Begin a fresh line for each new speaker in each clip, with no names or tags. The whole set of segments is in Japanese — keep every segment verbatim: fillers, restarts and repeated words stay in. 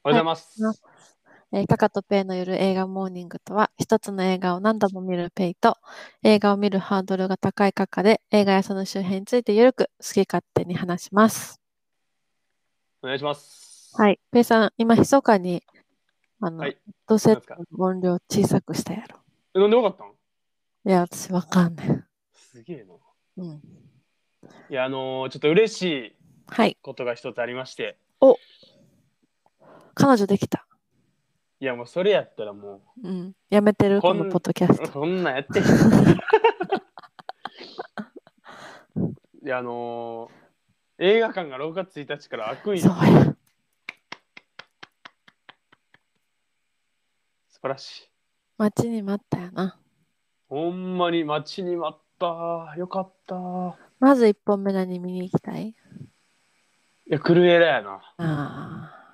はい。
おはようございます。
えー、カカとペイの夜映画モーニングとは、一つの映画を何度も見るペイと、映画を見るハードルが高いカカで、映画やその周辺についてゆるく好き勝手に話します。
お願いします。
はい。ペイさん、今、密かに、あの、
はい。
ヘッドセッ
なんですか？
トの音量小さくしたやろ。
え、なんでわかったん？
いや、私わかんない。
すげえな。
うん。
いや、あのーちょっと嬉しい
はい。
ことが一つありまして。
お、彼女できた。
いや、もうそれやったらも
うん。やめて
う、
るこのポッ
こん、
ドキャスト。
こんなんやってへん。いや、あのー映画館がろくがつついたちから開くんよ。
そうや。
素晴らしい。
待ちに待ったよな。
ほんまに待ちに待った。よかった。
まず一本目何見に行きたい？
いや、クルエラやな。
あ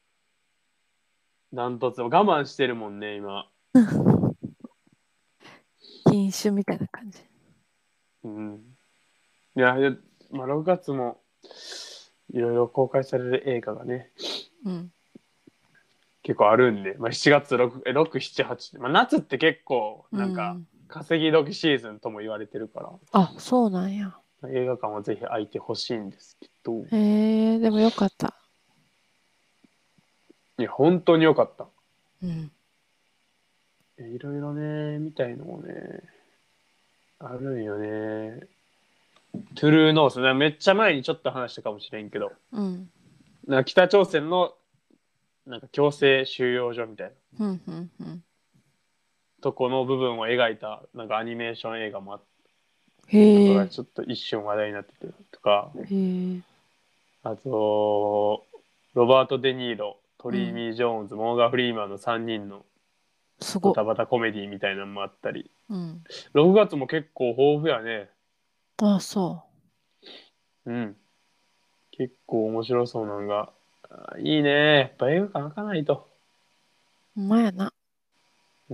ダントツ。我慢してるもんね、今。
あー。禁酒みたいな感じ。
うん。いや、いやまあ、ろくがつもいろいろ公開される映画がね、
うん。
結構あるんで、まあ、しちがつろく、えろく、しち、はち、まあ、夏って結構なんか
うん。
稼ぎ時シーズンとも言われてるか
あ、そうなんや。
ら、映画館はぜひ空いてほしいんですけど、
へえ、でもよかった。
いや、本当に良かった。
うん。
いろいろね、みたいのもね、あるんよね。トゥルーノース、ね、めっちゃ前にちょっと話したかもしれんけど、
うん。
なんか北朝鮮のなんか強制収容所みたいな
ふんふんふん。
とこの部分を描いたなんかアニメーション映画もあっとか
へえ、
がちょっと一瞬話題になっててとか、
へえ、
あと、ロバート・デ・ニーロ、トリー・
うん。
ミー・ジョーンズ、モーガン・フリーマンのさんにんの
すごっ。
ドタバタコメディみたいなのもあったり、
うん。
ろくがつも結構豊富やね。
あ、そ
うん。結構面白そうなのが。あいいね。やっぱ映画館開かないと。
う。ほんまやな。
うん。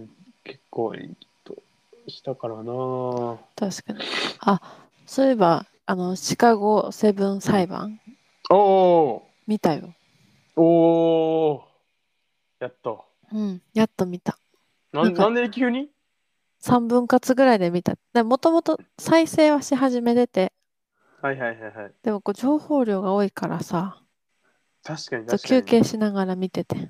結構いいとしたからな。お
確かに。あ、そういえば、あの、シカゴセブン裁判
お
見たよ。
ーおーやっと。
うん。やっと見た。なんか、
なんなんで急に？
さんぶん割ぐらいで見た。でもともと再生はし始めてて、
はいはいはいはい。
でもこう情報量が多いからさ、
確かに
ちょっと
確かに。
休憩しながら見てて。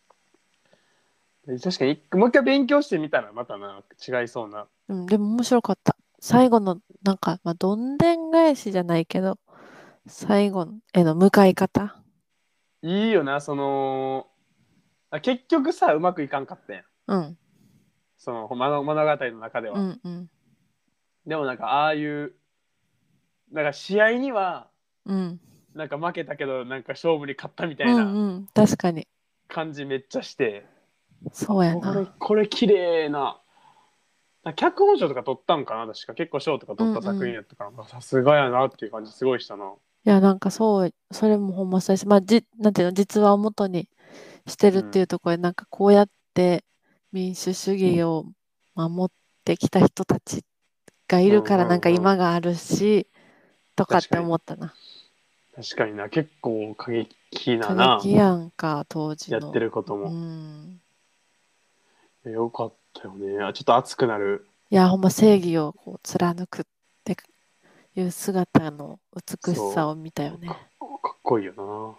確かに、もう一回勉強してみたらまたな、違いそうな。
うん、でも面白かった。最後の、なんか、まあ、どんでん返しじゃないけど、最後への向かい方。
いいよな、その、あ結局さ、うまくいかんかったやん。
うん、
その物物語の中では。
うん、うん、
でもなんか、ああいう、なんか試合には、
うん、
なんか負けたけど、なんか勝負に勝ったみた
うん、
いな
うん、確かに。
感じめっちゃして、あ、
そうや
これ、
な。
これ綺麗な。脚本賞とか取ったんかな確か。結構賞とか
うん、
取った作品
うん。
やったから、さすがやなっていう感じすごいしたな。
いや、なんかそう、それもほんまそうやし、まあ、じ、なんていうの、実話を元にしてるっていう
うん。
ところで、なんかこうやって民主主義を守ってきた人たちがい
うんう
るから、なんか
んうん。
今があるし、とかって
確かに。
思ったな。
確かにな。結構過激なな。
過激やんか、当時
やって
の。う
ることも。
ん。
よかったよね。あちょっと熱くなる。
いや、ほんま正義をこう貫くっていう姿の美しさ
そ
を見たよ
う。か
ね。
っこかっこいいよな。
うん。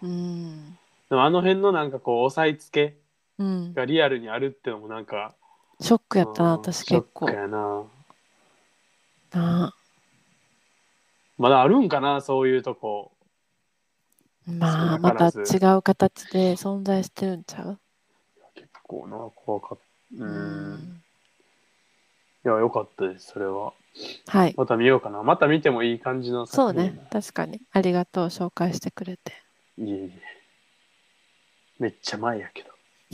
でもあの辺のなんかこう、押さえつけ
うん。
がリアルにあるってのもなんか、
ショックやったな、
うん、
私
ショック
結構。
やな。
な
まだあるんかな、そういうとこ。
あ。
少
まあ、
な
また違
からず。
う形で存在してるんちゃう？
結構な、怖かった。う
う
ん。
ん。
いや、よかったです、それは。
はい。
また見ようかな。また見てもいい感じの
そうね。
作品やな。
確かに。ありがとう、紹介してくれて。
いえいえ。めっちゃ前やけど。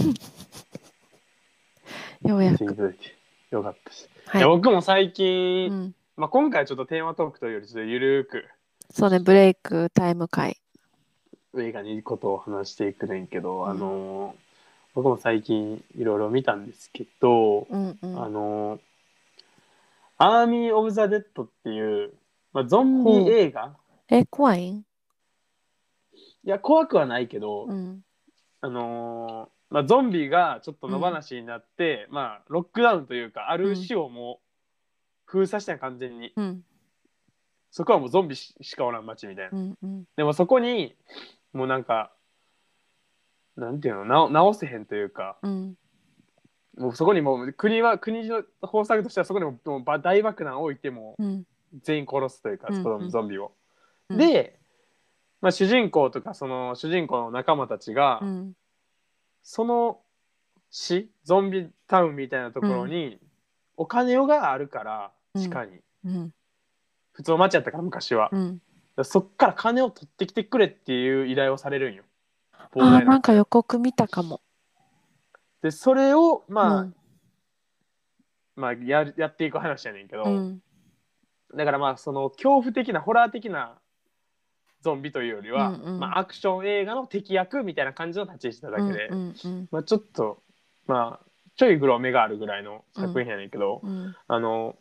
ようやく。
見ていただいてよかったです。いや、
はい。
僕も最近、
うん。
まあ、今回はちょっとテーマトークというより、ちょっとゆるーく
そうね、ブレイクタイム会。
映画にいいことを話していくねんけど、あ
うん。
のー僕も最近いろいろ見たんですけど、
うんうん。
あのーアーミー・オブ・ザ・デッドっていう、まあ、ゾンビ
ほう。
映画。
え、怖いん？
いや、怖くはないけど、
うん。
あのーまあ、ゾンビがちょっと野放しになって、まあロックダウンというかある種をもう封鎖したん完全に、
うん。
そこはもうゾンビしかおらん街みたいな、
うんうん。
でもそこにもうなんかなんていうのな直せへんというか、
うん。
もうそこにもう国は国の方策としてはそこにももう大爆弾を置いても
うん。
全員殺すというか、
うん。
その
うん。
ゾンビを、
うん。
で、まあ、主人公とかその主人公の仲間たちが、
うん。
その市ゾンビタウンみたいなところにお金があるから
うん。
地下に、
うん。
普通の町やったから昔は、
うん。
そっから金を取ってきてくれっていう依頼をされるんよ、膨
ああ、なんか
大なお金を。
予告見たかも。
でそれをまあ
うん。
まあややっていく話やねんけど、
うん。
だからまあその恐怖的なホラー的なゾンビというより
うん。
は、
うん。
まあ、アクション映画の敵役みたいな感じの立ち位置しただけ
うん。う
で、
ん。うん。
まあ、ちょっとまあちょいグロ目があるぐらいの
うん。
作品やねんけど、
うん。
あの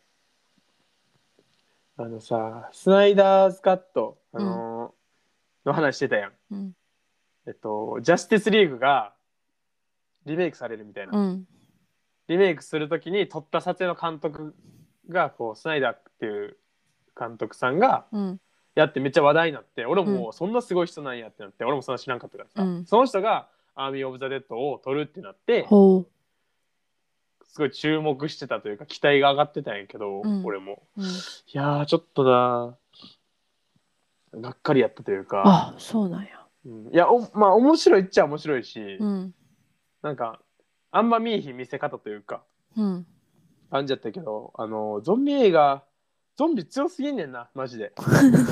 あのさスナイダーズカット、あ
うん。
のの話してたやん。
うん。
えっとジャスティスリーグがリメイクされるみたいな、
うん。
リメイクするときに撮った撮影の監督がこうスナイダーっていう監督さんが
うん。
やってめっちゃ話題になって、俺も
うん。
もうそんなすごい人なんやってなって、俺もそんな知らんかったからさ、
うん。
その人がアーミー・オブ・ザ・デッドを撮るってなって、
ほ
すごい注目してたというか期待が上がってたんやけど、
う。うん。
俺も
うん。
いやーちょっとながっかりやったというか、
あ、そうなんや。
うん、いやおまあ面白いっちゃ面白いし、
うん。
なんかあんま見えひん見せ方というか
うん。
感じやったけど、あのゾンビ映画ゾンビ強すぎんねんなマジで。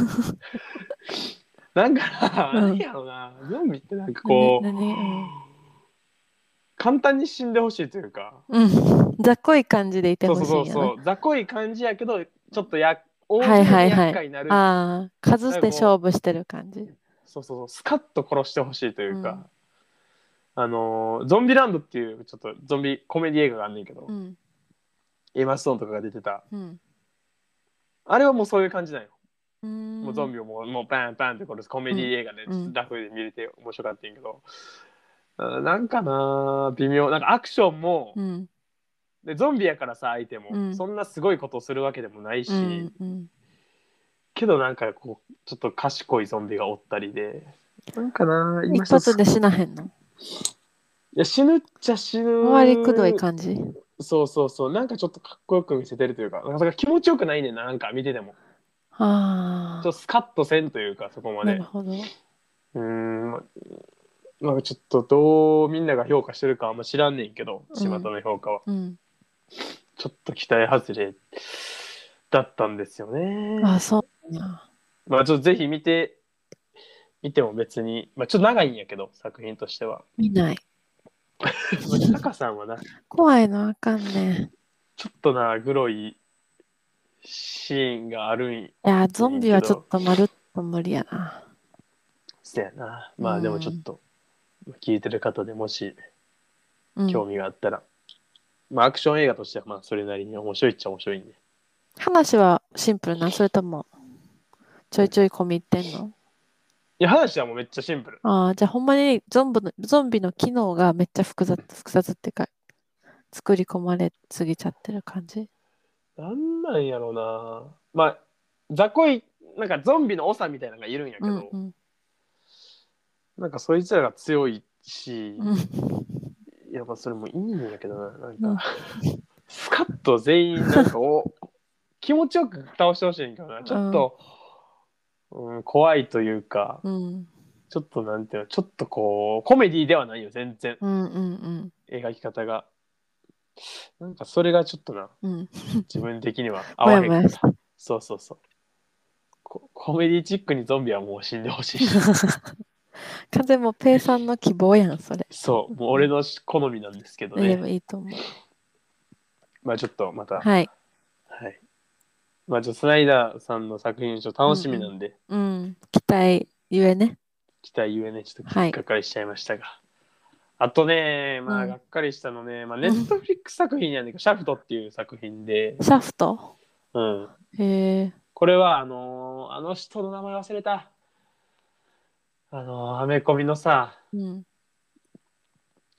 なんかな、
うん。
何やろな、ゾンビってなんか
何、
こう
何、うん。
簡単に死んでほしいというか、
うん。ざっこい感じでいてほ
そうそう
しいんやな。
そうそう、雑魚い感じやけどちょっとや大
はい
勢で
はいはい。
厄介になる。
ああ、数で
なんかこう
勝負してる感じ。
そうそうそうスカッと殺してほしいというか、
うん。
あのーゾンビランドっていうちょっとゾンビコメディ映画があんねんけど、
うん。
エマストーンとかが出てた、
うん。
あれはもうそういう感じなんよ。
うーん。
もうゾンビをもうもうバンバンって殺すコメ
うん。
ディ映画で
うん。
ラフで見れて面白かったんやけど、あなんかな微妙、なんかアクションも
うん。
でゾンビやからさ相手も
うん。
そんなすごいことをするわけでもない
う
し、
ん。うん。
けどなんかこうちょっと賢いゾンビがおったりで、なんかな今ちょっと
一発で死なへんの？
いや死ぬっちゃ死
回りくどい
ぬ。
感じ？
そうそうそう、なんかちょっとかっこよく見せてるというか、なんか気持ちよくないねんな、なんか見ててもちょっと
あ
スカッとせんというかそこま
あ、なる
で。
ほど。
うーんまなんかちょっとどうみんなが評価してるかあんま知らんねんけど、巷
うん。
の評価は
うん。
ちょっと期待外れだったんですよ
あ、
ね。
そうなんや。
まあちょっとぜひ見て見ても別に、まあちょっと長いんやけど作品としては。
見ない。
まあタカさんはな
怖いのあかんね。
ちょっとなグロいシーンがあるん
いや、ゾンビはちょっ
ねんけど、
とまるっと無理やな。
そやな。
う
まあでもちょっ
ん。
と聞いてる方でもし
うん。
興味があったら、まあアクション映画としてはまあそれなりに面白いっちゃ面白いんで。
話はシンプルな、それともちょいちょい込み入ってんの？
いや話はもうめっちゃシンプル。
ああ、じゃあほんまにゾンビの、ゾンビの機能がめっちゃ複雑、複雑っていうか、作り込まれすぎちゃってる感じ。
なんなんやろうな。まあ雑魚いなんかゾンビの長みたいなのがいるんやけど、
うんうん。
なんかそいつらが強いし、
うん。
やっぱそれもいいんやけどな、なんか
うん。
スカッと全員なんかお気持ちよく倒してほしいんけどな、ちょっと、うん、怖いというか、
うん。
ちょっとなんていうの、ちょっとこうコメディではないよ全然、
うんうん
描き方がなんかそれがちょっとな
うん。うん。
自分的には合
も
わへんかった。
やもやした。
そうそうそう、ココメディチックにゾンビはもう死んでほしい。
完全もうペイさんの希望やん、それ。
そうもう俺の好みなんですけど
え、でも
ね。
いいと思う。
まあちょっとまた、
はい。
はい、まあちょっとスナイダーさんの作品ちょっと楽しみ
うん
なんで、
うん。うん。期待ゆえね。
期待ゆえねちょっと
はい。
がっかりしちゃいましたが、あとねま
うん
あがっかりしたのね、まあネ
うん。
ットフリックス作品やねんけど、シャフトっていう作品で、
シャフト。
うん、
へえ。
これはあのーあの人の名前忘れた、あのーアメコミのさ、
うん。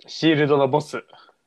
シールドのボス。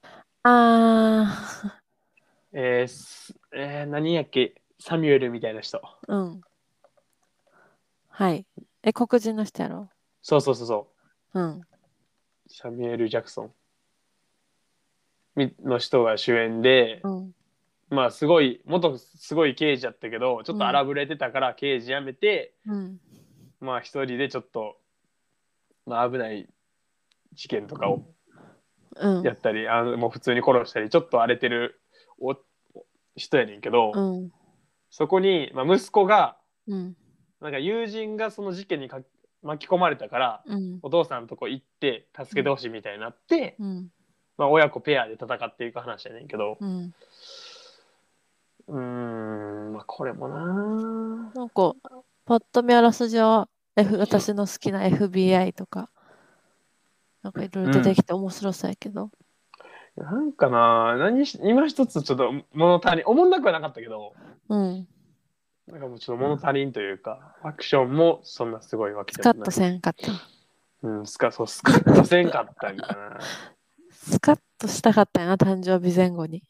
あ
えーすえー何やっけ、サミュエルみたいな人。
ー、うん。はい。え、黒人の人やろ？
そうそうそうそう。
うん。
サミュエル・ジャクソンみの人が主演で、
うん。
まあすごい、元すごい刑事やったけど、ちょっ
うん。
と荒ぶれてたから刑事辞めて、
うん。
まあ一人でちょっと、まあ、危ない事件とかを
うん。
やったり、あのもう普通に殺したり、ちょっと荒れてるお人やねんけど、
うん。
そこに、まあ、息子が、
うん。
なんか友人がその事件にか巻き込まれたから、
うん。
お父さんのとこ行って助けてほしいみたいになって、
うん。
まあ、親子ペアで戦っていく話やねんけど、
うん。
うーん、まあこれもな
なんか、パッと見あらすじは、F、私の好きな エフビーアイ とか、なんかいろいろ出て
うん。
きて面白そうやけど。
なんかな何し、今一つちょっと物足りん、おもんなくはなかったけど、
うん。
なんかもうちょっと物足りんというか、アクションもそんなすごいわけ
ス
でもない。
カッとせんかった。
うん、スカ、そう、スカッとせんかったんかな。
スカッとしたかったよな、誕生日前後に。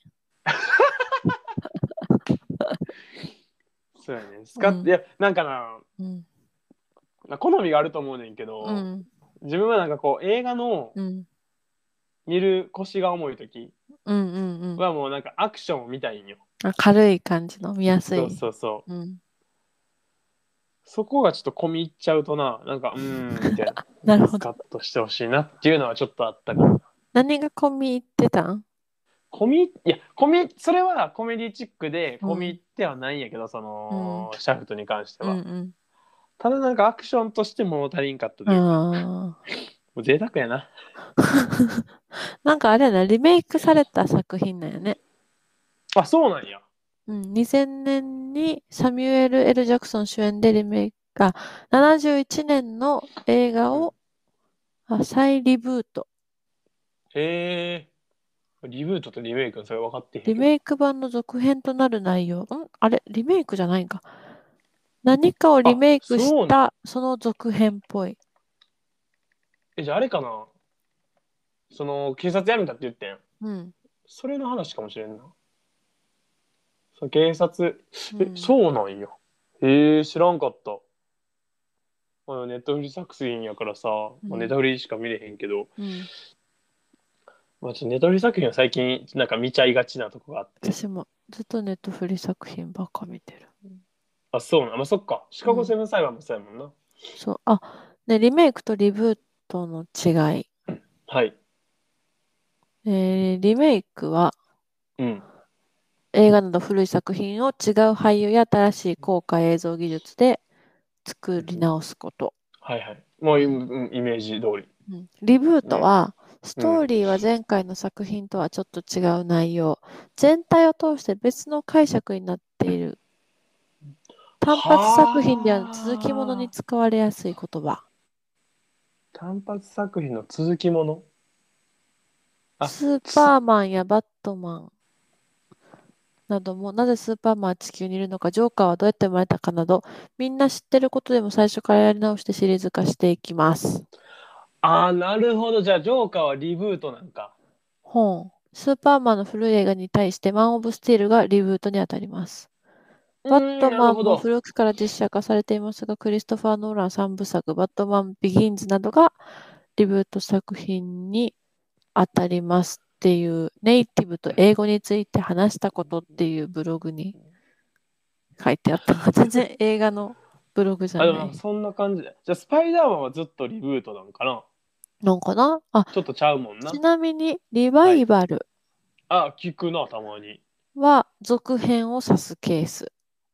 そうやね。スカッ、い
うん。
や、なんかな、
うん。
好みがあると思うねんけど、
うん。
自分はなんかこう、映画の
うん。
見る腰が重い時
うんうんうん。
はもうなんかアクションを見たいんよ。
あ、軽い感じの、見やす
そう
い。
そうそう。
うん。
そこがちょっと込み入っちゃうとな、なんか、うーん、みたいな。
なるほど。
スカッとしてほしいなっていうのはちょっとあったかな。
何が込み入ってたん？
込み、いや、込み、それはコメディチックで込み
うん。
入ってはないんやけど、そ
うん。
の、シャフトに関して
うんう
は。
ん。
ただなんかアクションとして物足りんかったというか、
ああ。
もう贅沢やな。
なんかあれやな、リメイクされた作品なんやね。
あ、そうなんや。
うん、にせんねんにサミュエル・ L・ ジャクソン主演でリメイクが、ななじゅういちねんの映画
うん。
をあ再リブート。
へえ。リブートとリメイクのそれ分かってへん
リ
けど。
メイク版の続編となる内容。んあれリメイクじゃないんか。何かをリ
あ、
メイクし
そうなん。
たその続編っぽい。
え、じゃああれかな、その、警察辞めたって言ってん。
うん。
それの話かもしれんな。その警察、え、
うん。
そうなんや。へえ、知らんかった。まあ、ネットフリ作品やからさ、まあ、ネッ
うん。
トフリしか見れへんけど、
うん。
まあ、ちょっとネットフリ作品は最近なんか見ちゃいがちなとこがあって。
私もずっとネットフリ作品ばっか見てる。
あ、そうなん。まあ、そっか。シカゴ
うん。
セブン裁判もそうやもんな。
そう。あ、ね、リメイクとリブートの違い。
はい。
えーリメイクは、
うん。
映画など古い作品を違う俳優や新しい高価映像技術で作り直すこと。
はいはい。もうイ
うん。
イメージ通り。
うん、リブート
ね。
は、ス
うん。
トーリーは前回の作品とはちょっと違う内容。全体を通して別の解釈になっている。単発作品では続きものに
はあ。
使われやすい言葉。
単発作品の続きもの。あ、
スー
つ、
パーマンやバットマンなども、なぜスーパーマンは地球にいるのか、ジョーカーはどうやって生まれたかなど、みんな知ってることでも最初からやり直してシリーズ化していきます。
あー、なるほど。じゃあ、ジョーカーはリブートなんか。
本。スーパーマンの古い映画に対してマン・オブ・スティールがリブートにあたります。バッ
うーん、な
トマンも
るほど。
古くから実写化されていますが、クリストファー・ノーランさんぶさく、バットマン・ビギンズなどがリブート作品にあたりますっていうネイティブと英語について話したことっていうブログに書いてあった。全然映画のブログじゃ
あ、でも
ない。
なんかそんな感じで。じゃあ、スパイダーマンはずっとリブートなんかな。
なんかなあ、
ちょっとちゃうもん
ち
な。
なみにリバ
はい。
イバル
あ、聞くな、たまに。
は続編を指すケース。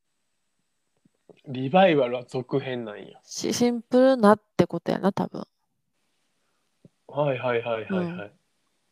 リバイバルは続編なんや。
しシンプルなってことやな、多分。
はいはいはい
うん。
はいはい。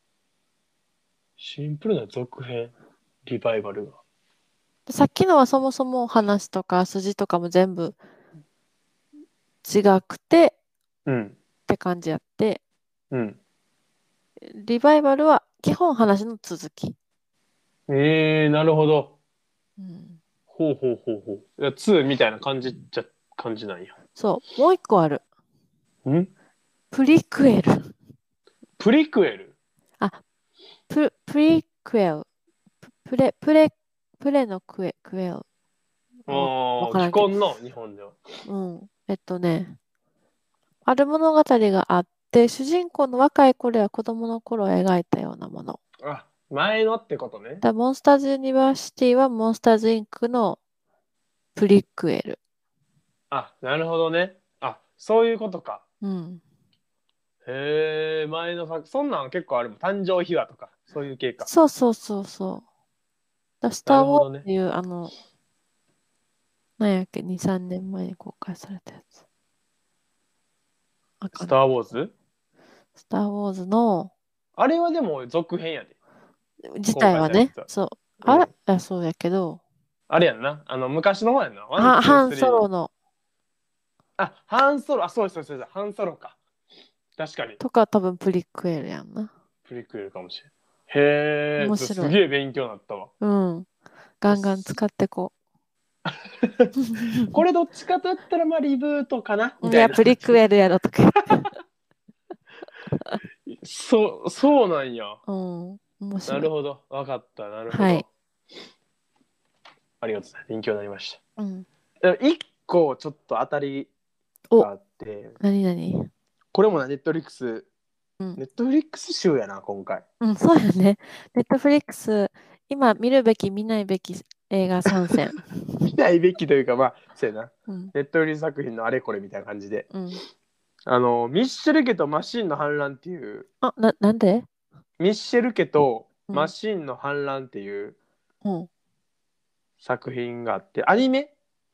シンプルな続編。リバイバルが。
でさっきのはそもそも話とか筋とかも全部違くて
うん。
って感じやって、
うん。
リバイバルは基本話の続き。
えー、なるほど。
うん、
ほうほうほうほう。いや、ツーみたいな感じじゃ、感じなんや。
そう、もう一個ある。
ん
プリクエル。
プリクエル。
プ、プリクエル。プレ、プレ、プレのクエ、クエル。わ、わ
ああ、既
からんけど。
婚の日本では。
うん。えっとね、ある物語があって、主人公の若い頃や子供の頃を描いたようなもの。
あ、前のってことね。
だモンスターズ・ユニバーシティはモンスターズ・インクのプリクエル。
あ、なるほどね。あ、そういうことか。
うん。
へえ、前の作、そんなん結構あるもん。誕生秘話とか、そういう系か。
そうそうそうそう。だスター・ウォーズ
なるほどね。
っていう、あの、なんやっけ、に、さんねんまえに公開されたやつ。わかんない。
スター・ウォーズ
スター・ウォーズの、
あれはでも続編やで。
自
公
体はね、
開されてた。
そう。あれ
うん。
あ、そうやけど、
あれやんな。あの、昔の方やんな。ワン、
は、
ツー、
ハンソ
スリー。
ロの、
あ、ハンソロ。あ、そうですそうですそうです。ハンソロか。確かに。
とか多分プリクエルやんな。
プリクエルかもしれん。へえ、すす
面白い。
げえ勉強になったわ。
うん。ガンガン使ってこ
これどっちかと言ったらまあリブートかなみ
う。いや、
たいな。
プリクエルやろとか。
そう、そうなんや。
うん。面白い。
なるほど。わかった。なるほ
はい。
ど。ありがとうございます。勉強になりまし
うん。
た。でも一個ちょっと当たり
お、
があって、
なになに。
これもな、ネットフリックス、
うん。
ネットフリックス集やな、今回。
うん、そうやね。ネットフリックス、今見るべき、見ないべき映画参戦。
見ないべきというか、まあ、そうやな。
うん。
ネットフリ作品のあれこれみたいな感じで。
うん。
あの、ミッシェル家とマシンの反乱っていう、
あ、な、なんで。
ミッシェル家と
うん。
マシンの反乱っていう
うん。
作品があって、アニメ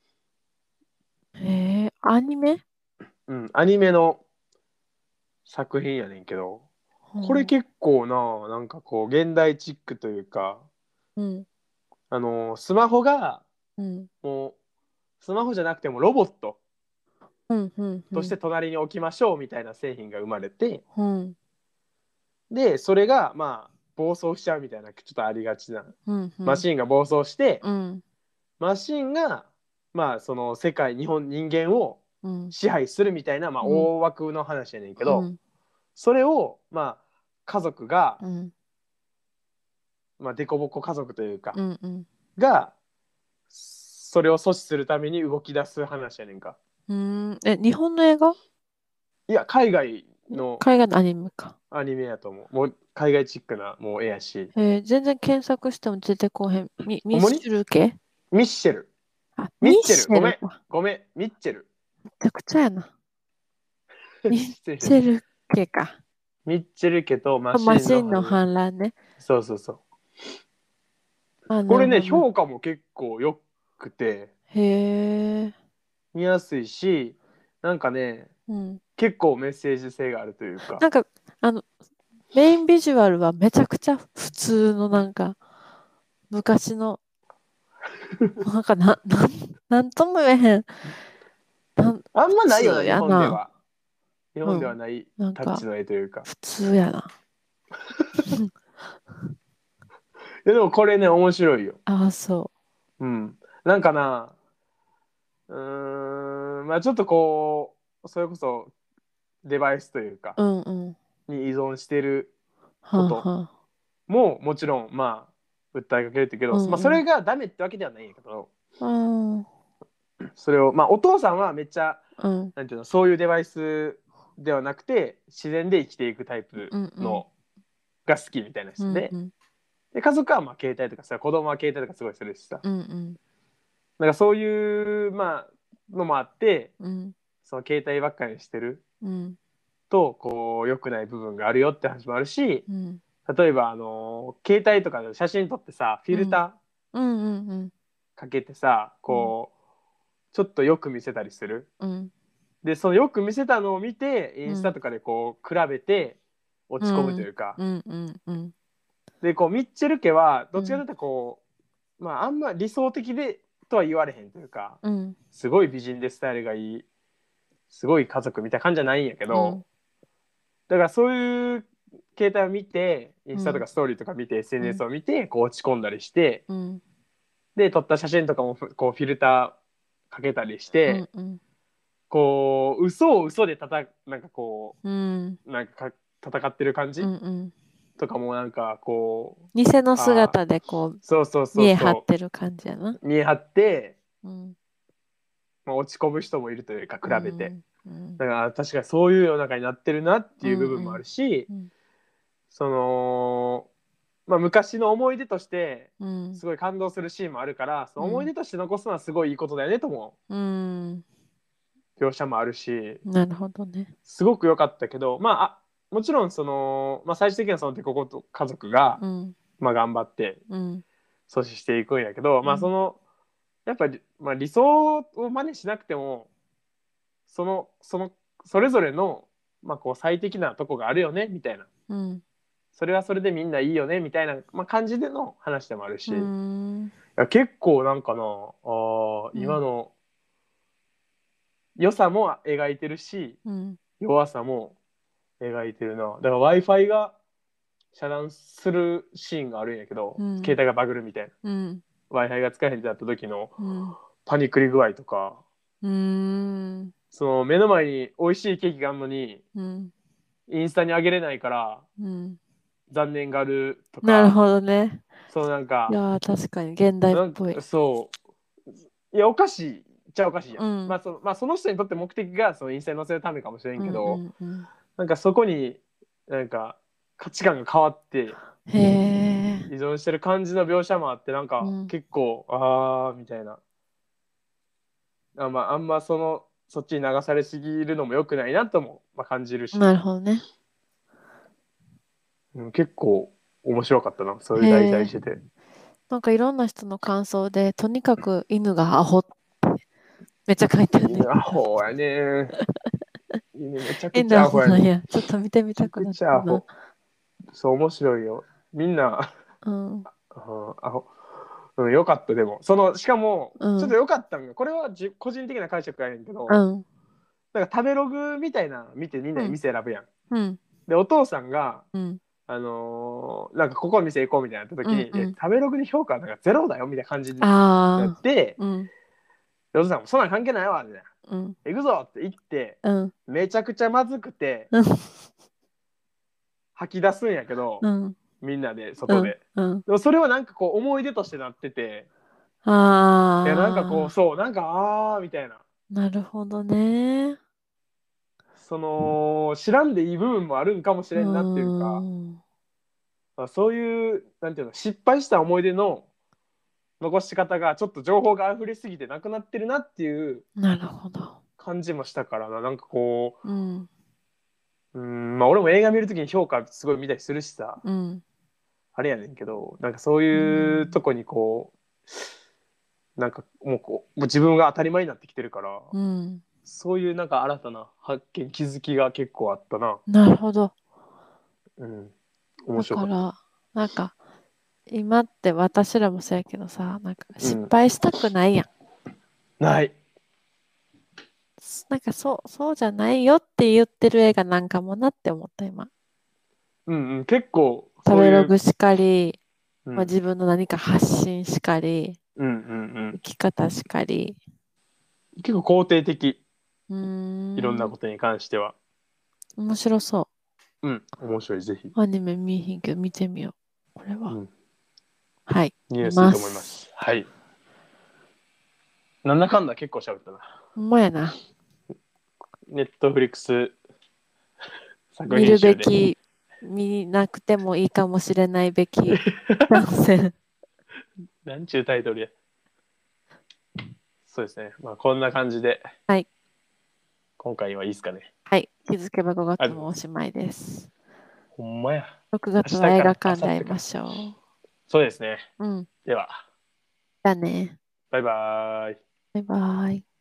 へえ、アニメ。
うん、アニメの作品やねんけど、
うん。
これ結構な、なんかこう、現代チックというか、
うん。
あの、スマホが、
うん。
もう、スマホじゃなくてもロボット
うん。うん。う
として
ん。
隣に置きましょうみたいな製品が生まれて、
うん。
で、それが、まあ、暴走しちゃうみたいな、ちょっとありがちな。
うん。うん。
マシンが暴走して、
うん。
マシンが、まあ、その世界、日本、人間を
うん。
支配するみたいな、まあ、
うん。
大枠の話やねんけど、
うん。
それを、まあ、家族が、
うん。
まあ、デコボコ家族というか、
うん。うん。
が、それを阻止するために動き出す話やねんか。
うん。え、日本の映画。
いや、海外の
海外のアニメか。
アニメやと思う。もう海外チックな、もう絵やし。
えー全然検索しても出てこへん。ミ、ミッ
ほんまに
シュル系。
ミッシェル。
あ、
ミッチェル。
ミッシェ
ごめん。
ルか。
ごめん。ミッチェル。
めちゃくちゃやな。ミッ
失礼しました。
シェル系か。
ミッチェル家とマシ
マ
ーンの
シンの
反乱。
反乱ね。
そうそうそう。
あ、な
これね、
るほど。
評価も結構良くて、
へえ。
見やすいし、なんかね、
うん。
結構メッセージ性があるというか。
なんか、あの、メインビジュアルはめちゃくちゃ普通のなんか、昔の、なんかな、なん、なんとも言えへん。なん、
あんま
普
ないよな、日
通やな。
本では。日本では
うん。
ない
なんか、
タッチの絵というか。
普通やな。
いやでもこれね、面白いよ。
ああ、そ
うん。なんかな、うーん、まあちょっとこう、それこそデバイスというか、
う。うんうん。
に依存してる
はあ
こと
は
ももちろん、まあ、訴えかけるってけ
あ。
ど、まあ、
うんうん。
それがダメってわけではないんやけど、
うん。
それを、まあ、お父さんはめっちゃ、
うん。
なんていうの、そういうデバイスではなくて、自然で生きていくタイプ
うんうん。
のが好きみたいな人で、
うんうん。
で家族はまあ携帯とかさ、子供は携帯とかすごいするしさ、
うんうん。
なんかそういう、まあ、のもあって、
うん。
その携帯ばっかりしてる
うん。
と、こう、良くない部分があるよって話もあるし、
うん。
例えば、あの、携帯とかで写真撮ってさ、フィル
うん。
タ
うんうん。
ーかけてさ、
うん。
こう、ちょっとよく見せたりする。
うん。
で、そのよく見せたのを見て、イ
うん。
ンスタとかでこう、比べて落ち込むというか。
うん。うん。うん。
で、こう、ミッチェル家は、どっちかと
うん。
いうとこう、まあ、あんま理想的でとは言われへんというか、
うん。
すごい美人でスタイルがいい、すごい家族みたいな感じじゃないんやけど、
うん。
だからそういう携帯を見て、インスタと
うん。
かストーリーとか見て、エスエヌエス
うん。
を見て、こう落ち込んだりして、
うん。
で、撮った写真とかもこうフィルターかけたりし
うん。
て、
うん。
こう、嘘を嘘でたた、なんかこ
うん。
う、なんかか戦ってる感じ
うん。
とかもなんかこう、
偽の姿でこう、
そうそうそう
見え張っ
そ
てる感じやな。
う、見え張って、
うん。
まあ、落ち込む人もいるというか、比べて。
うん。
だから確かにそういう世の中になってるなっていう部分もあ
うん。
るし、
うん。
その、まあ、昔の思い出として
うん。
すごい感動するシーンもあるから、その思い
うん。
出として残すのはすごいいいことだよねとも
うん。
描写もあるし、
なるほどね。
すごく良かったけど、まあ、あもちろんその、まあ、最終的にはそのデココと家族が、
うん。
まあ、頑張って
うん。
阻止していくんやけど、まあそのやっぱり、まあ、理想を真似しなくてもそのそのそれぞれの、まあ、こう最適なとこがあるよねみたいな、
うん。
それはそれでみんないいよねみたいな、まあ、感じでの話でもあるし、
う
い
ん。
や結構なんかなあ
うん。
今の良さも描いてるし
うん。
弱さも描いてるな。だから w i f i が遮断するシーンがあるんやけど、
うん。
携帯がバグるみたいな、
うん。
w i f i が使えへんってなった時の
うん。
パニクり具合とか、
うん。
その目の前に美味しいケーキがあるのに
うん。
インスタに上げれないから
うん。
残念がるとか、
なるほどね。
そのなんか、
いやー、確かに現代っ
なん
ぽい。
かそういやおかしいっちゃおかしいやん、
うん。
まあそのまあ、その人にとって目的がそのインスタに載せるためかもしれ
うん。
んけど、
うん。うん。
なんかそこになんか価値観が変わって
へえ。
依存してる感じの描写もあって、なんか
うん。
結構ああみたいな、あ,、まあ、あんまそのそっちに流されすぎるのも良くないなとも、まあ、感じるし、
なるほどね。
うん、結構面白かったな、そういう
へ
題材し
え。
てて。
なんかいろんな人の感想で、とにかく犬がアホってめっちゃ書いてあるね。
犬アホやね。犬めちゃくち
犬ア
ゃアホやね。め
ホなんや。ちょっと見てみたく
ちゃく
なったな。
ちゃアホ。そう、面白いよ。みんな、
うん。
うんアホ。うん、よかった、でも。その、しかも、
うん。
ちょっとよかったんが、これはじ個人的な解釈やねんけど、
うん。
なんか食べログみたいな見てみんなで
うん。
店選ぶやん。
うん。
で、お父さんが、
うん。
あのーなんかここの店行こうみたいなった時に、
うん。う
え、
ん。
食べログに評価なんかゼロだよみたいな感じになっ
ああ。
て、
うん。
お父さんもそんなん関係ないわ、みたいな。
うん。
行くぞって言って、
うん。
めちゃくちゃまずくて、
うん。
吐き出すんやけど、
うん。
みんなで
うん。
外で。
うん。
でもそれはなんかこう思い出としてなってて、いやなんかこう、
ああ。
そう、なんかあーみたいな。
なるほどね。
その、知らんでいい部分もあるんかもし
うー
れんなっていうか、
ん。
そういう、なんていうの、失敗した思い出の残し方がちょっと情報が溢れすぎてなくなってるなっていう
なるほど。
感じもしたからな。なんかこ
うん。
う、うん、まあ俺も映画見るときに評価すごい見たりするしさ、
うん。
あれやねんけど、なんかそう
う
いうと
ん。
こにこう、なんかもうこう、もう自分が当たり前になってきてるから、
うん。
そういうなんか新たな発見、気づきが結構あったな。
なるほど。
うん。面
だ
白かった。
から、なんか、今って私らもそうやけどさ、なんか失
うん。
敗したくないやん。
ない。
なんかそう、そうじゃないよって言ってる映画なんかもなって思った今。
うんうん。結構
食べ
そういう、
ログしかり、まあ、
うん、
自分の何か発信しかり、
うんうん
生き方しかり。
うん。結構肯定的。
うー
いろんな
ん、
ことに関しては。
面白そ
うん。面白い、ぜひ。
う。アニメ見えへんけど見てみよう。これは。
うん。
はい。見
見やすい
ます。
と思います。はい。なんだかんだ結構喋ったな。
ほんまやな。
ネットフリックス作
見るべ
品集で。
き、見なくてもいいかもしれないべき男性。
なんちゅうタイトルや。そうですね。まあこんな感じで、
はい。
今回はいいですかね。
はい。気づけばごがつ
ありがとうございます。
もおしまいです。
ほんまや。
ろくがつ
明日から
は映画館で会いま
明後日から。
しょ
そうですね。
う。うん。
では、
だね。
バイバーイ。
バイバイ。